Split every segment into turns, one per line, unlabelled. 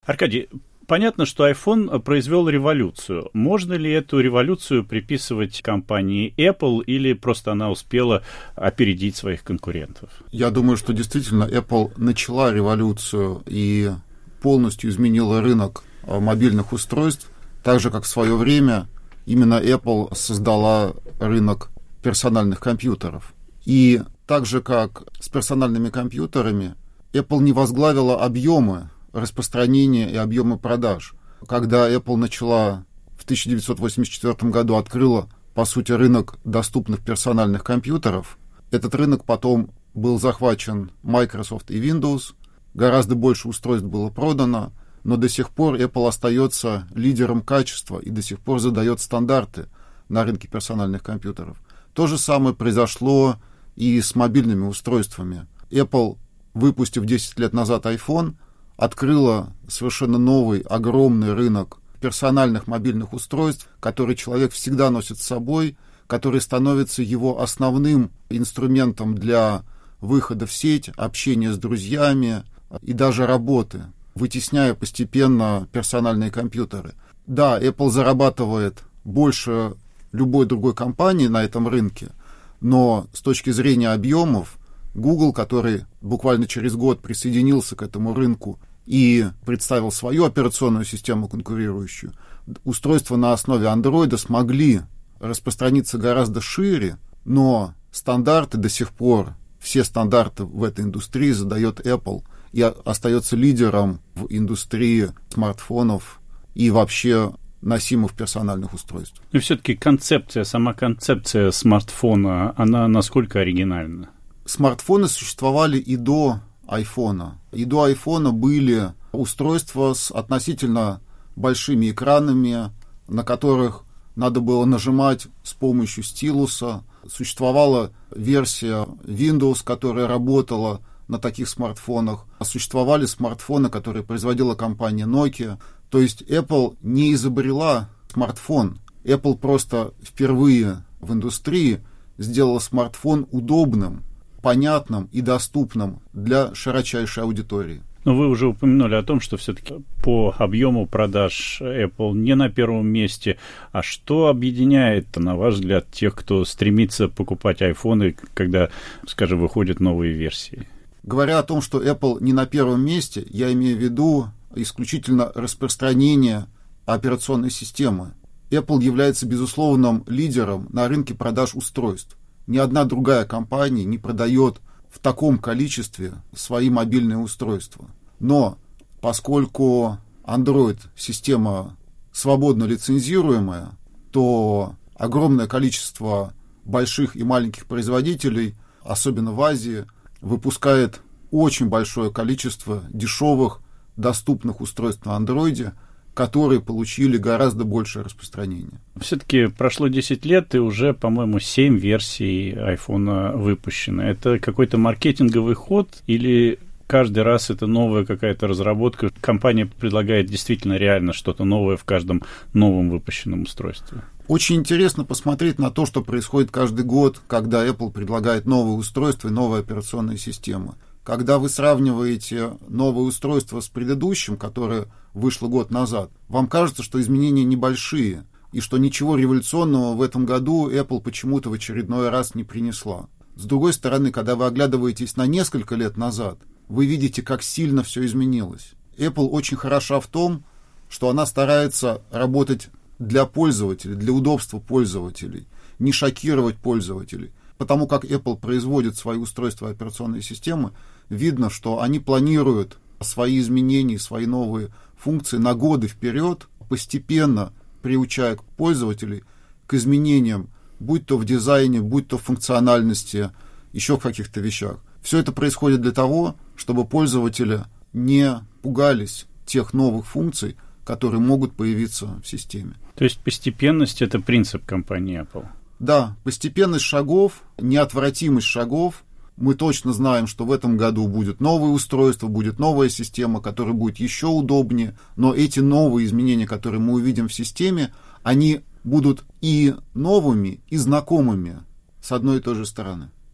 Аркадий, понятно, что iPhone произвел революцию. Можно ли эту революцию приписывать компании Apple или просто она успела опередить своих конкурентов?
Я думаю, что действительно Apple начала революцию и полностью изменила рынок мобильных устройств, так же, как в свое время именно Apple создала рынок персональных компьютеров. И так же, как с персональными компьютерами, Apple не возглавила объемы распространения и объемы продаж. Когда Apple начала в 1984 году, открыла, по сути, рынок доступных персональных компьютеров, этот рынок потом был захвачен Microsoft и Windows, гораздо больше устройств было продано, но до сих пор Apple остается лидером качества и до сих пор задает стандарты на рынке персональных компьютеров. То же самое произошло и с мобильными устройствами. Apple, выпустив 10 лет назад iPhone, открыла совершенно новый, огромный рынок персональных мобильных устройств, который человек всегда носит с собой, который становится его основным инструментом для выхода в сеть, общения с друзьями и даже работы, вытесняя постепенно персональные компьютеры. Да, Apple зарабатывает больше любой другой компании на этом рынке, но с точки зрения объемов, Google, который буквально через год присоединился к этому рынку и представил свою операционную систему конкурирующую, устройства на основе Android смогли распространиться гораздо шире, но стандарты до сих пор, все стандарты в этой индустрии задает Apple и остается лидером в индустрии смартфонов и вообще носимых персональных устройств.
И все-таки сама концепция смартфона, она насколько оригинальна?
Смартфоны существовали и до айфона. И до айфона были устройства с относительно большими экранами, на которых надо было нажимать с помощью стилуса. Существовала версия Windows, которая работала на таких смартфонах. Существовали смартфоны, которые производила компания Nokia. То есть Apple не изобрела смартфон. Apple просто впервые в индустрии сделала смартфон удобным, понятным и доступным для широчайшей аудитории.
Но вы уже упомянули о том, что все-таки по объему продаж Apple не на первом месте. А что объединяет, на ваш взгляд, тех, кто стремится покупать айфоны, когда, скажем, выходят новые версии?
Говоря о том, что Apple не на первом месте, я имею в виду исключительно распространение операционной системы. Apple является безусловным лидером на рынке продаж устройств. Ни одна другая компания не продает в таком количестве свои мобильные устройства. Но поскольку Android система свободно лицензируемая, то огромное количество больших и маленьких производителей, особенно в Азии, выпускает очень большое количество дешевых, доступных устройств на Android, которые получили гораздо большее распространение.
Все-таки прошло 10 лет, и уже, по-моему, 7 версий iPhone выпущено. Это какой-то маркетинговый ход или каждый раз это новая какая-то разработка? Компания предлагает действительно реально что-то новое в каждом новом выпущенном устройстве?
Очень интересно посмотреть на то, что происходит каждый год, когда Apple предлагает новые устройства и новые операционные системы. Когда вы сравниваете новое устройство с предыдущим, которое вышло год назад, вам кажется, что изменения небольшие, и что ничего революционного в этом году Apple почему-то в очередной раз не принесла. С другой стороны, когда вы оглядываетесь на несколько лет назад, вы видите, как сильно все изменилось. Apple очень хороша в том, что она старается работать для пользователей, для удобства пользователей, не шокировать пользователей. Потому как Apple производит свои устройства и операционные системы, видно, что они планируют свои изменения, свои новые функции на годы вперед, постепенно приучая пользователей к изменениям, будь то в дизайне, будь то в функциональности, еще в каких-то вещах. Все это происходит для того, чтобы пользователи не пугались тех новых функций, которые могут появиться в системе.
То есть постепенность – это принцип компании Apple?
Да, постепенность шагов, неотвратимость шагов. Мы точно знаем, что в этом году будет новое устройство, будет новая система, которая будет еще удобнее. Но эти новые изменения, которые мы увидим в системе, они будут и новыми, и знакомыми с одной и той же стороны.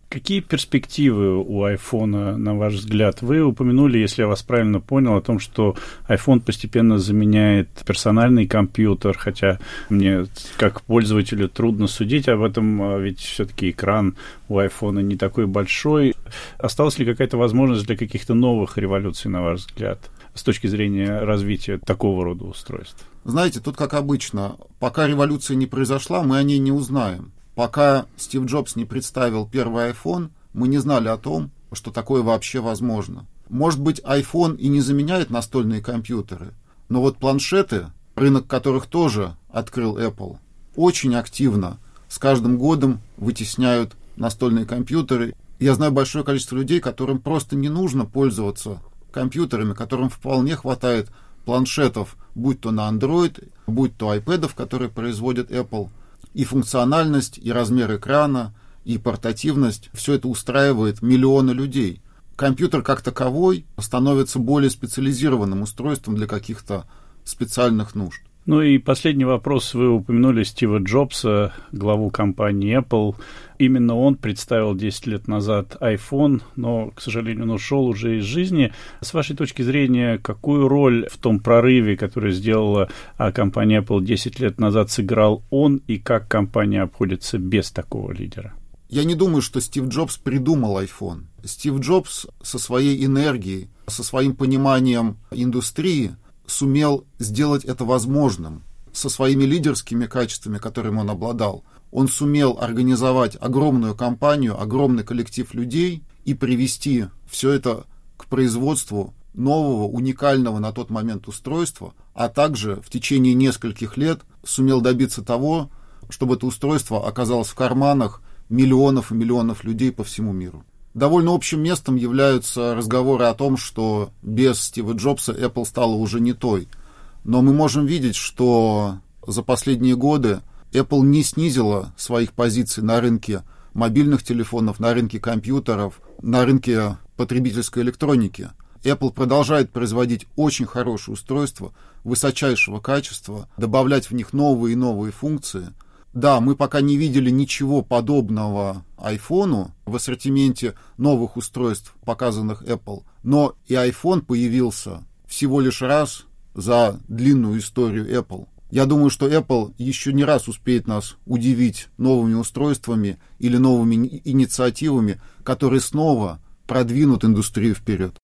Какие перспективы у iPhone, на ваш взгляд? Вы упомянули, если я вас правильно понял, о том, что iPhone постепенно заменяет персональный компьютер, хотя мне, как пользователю, трудно судить об этом, ведь все-таки экран у iPhone не такой большой. Осталась ли какая-то возможность для каких-то новых революций, на ваш взгляд, с точки зрения развития такого рода устройств?
Знаете, тут как обычно, пока революция не произошла, мы о ней не узнаем. Пока Стив Джобс не представил первый iPhone, мы не знали о том, что такое вообще возможно. Может быть, iPhone и не заменяет настольные компьютеры, но вот планшеты, рынок которых тоже открыл Apple, очень активно с каждым годом вытесняют настольные компьютеры. Я знаю большое количество людей, которым просто не нужно пользоваться компьютерами, которым вполне хватает планшетов, будь то на Android, будь то iPad'ов, которые производит Apple. И функциональность, и размер экрана, и портативность – все это устраивает миллионы людей. Компьютер как таковой становится более специализированным устройством для каких-то специальных нужд.
Ну и последний вопрос. Вы упомянули Стива Джобса, главу компании Apple. Именно он представил 10 лет назад iPhone, но, к сожалению, он ушел уже из жизни. С вашей точки зрения, какую роль в том прорыве, который сделала компания Apple 10 лет назад, сыграл он, и как компания обходится без такого лидера?
Я не думаю, что Стив Джобс придумал iPhone. Стив Джобс со своей энергией, со своим пониманием индустрии сумел сделать это возможным. Со своими лидерскими качествами, которыми он обладал, он сумел организовать огромную компанию, огромный коллектив людей и привести все это к производству нового, уникального на тот момент устройства, а также в течение нескольких лет сумел добиться того, чтобы это устройство оказалось в карманах миллионов и миллионов людей по всему миру. Довольно общим местом являются разговоры о том, что без Стива Джобса Apple стала уже не той. Но мы можем видеть, что за последние годы Apple не снизила своих позиций на рынке мобильных телефонов, на рынке компьютеров, на рынке потребительской электроники. Apple продолжает производить очень хорошие устройства высочайшего качества, добавлять в них новые и новые функции. Да, мы пока не видели ничего подобного iPhone в ассортименте новых устройств, показанных Apple, но и iPhone появился всего лишь раз за длинную историю Apple. Я думаю, что Apple еще не раз успеет нас удивить новыми устройствами или новыми инициативами, которые снова продвинут индустрию вперед.